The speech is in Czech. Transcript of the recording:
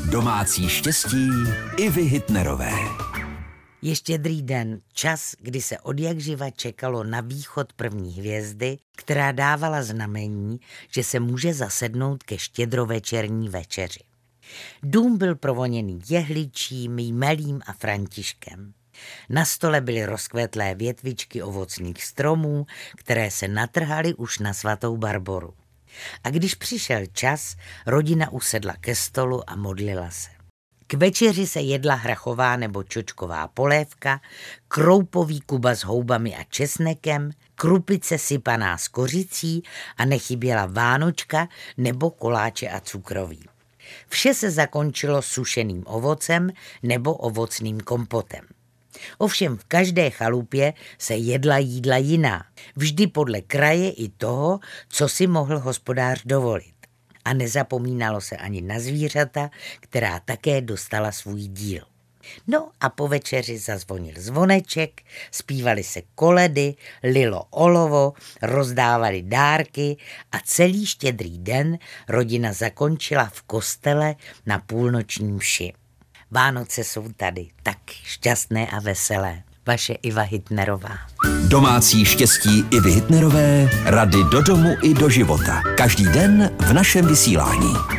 Domácí štěstí Ivy Hitnerové. Je Štědrý den, čas, kdy se odjakživa čekalo na východ první hvězdy, která dávala znamení, že se může zasednout ke štědrovečerní večeři. Dům byl provoněný jehličím, jmelím a františkem. Na stole byly rozkvetlé větvičky ovocných stromů, které se natrhaly už na svatou Barboru. A když přišel čas, rodina usedla ke stolu a modlila se. K večeři se jedla hrachová nebo čočková polévka, kroupový kuba s houbami a česnekem, krupice sypaná s kořicí a nechyběla vánočka nebo koláče a cukroví. Vše se zakončilo sušeným ovocem nebo ovocným kompotem. Ovšem v každé chalupě se jedla jídla jiná, vždy podle kraje i toho, co si mohl hospodář dovolit. A nezapomínalo se ani na zvířata, která také dostala svůj díl. No a po večeři zazvonil zvoneček, zpívaly se koledy, lilo olovo, rozdávali dárky a celý Štědrý den rodina zakončila v kostele na půlnoční mši. Vánoce jsou tady, tak šťastné a veselé. Vaše Iva Hitnerová. Domácí štěstí Ivy Hitnerové, rady do domu i do života. Každý den v našem vysílání.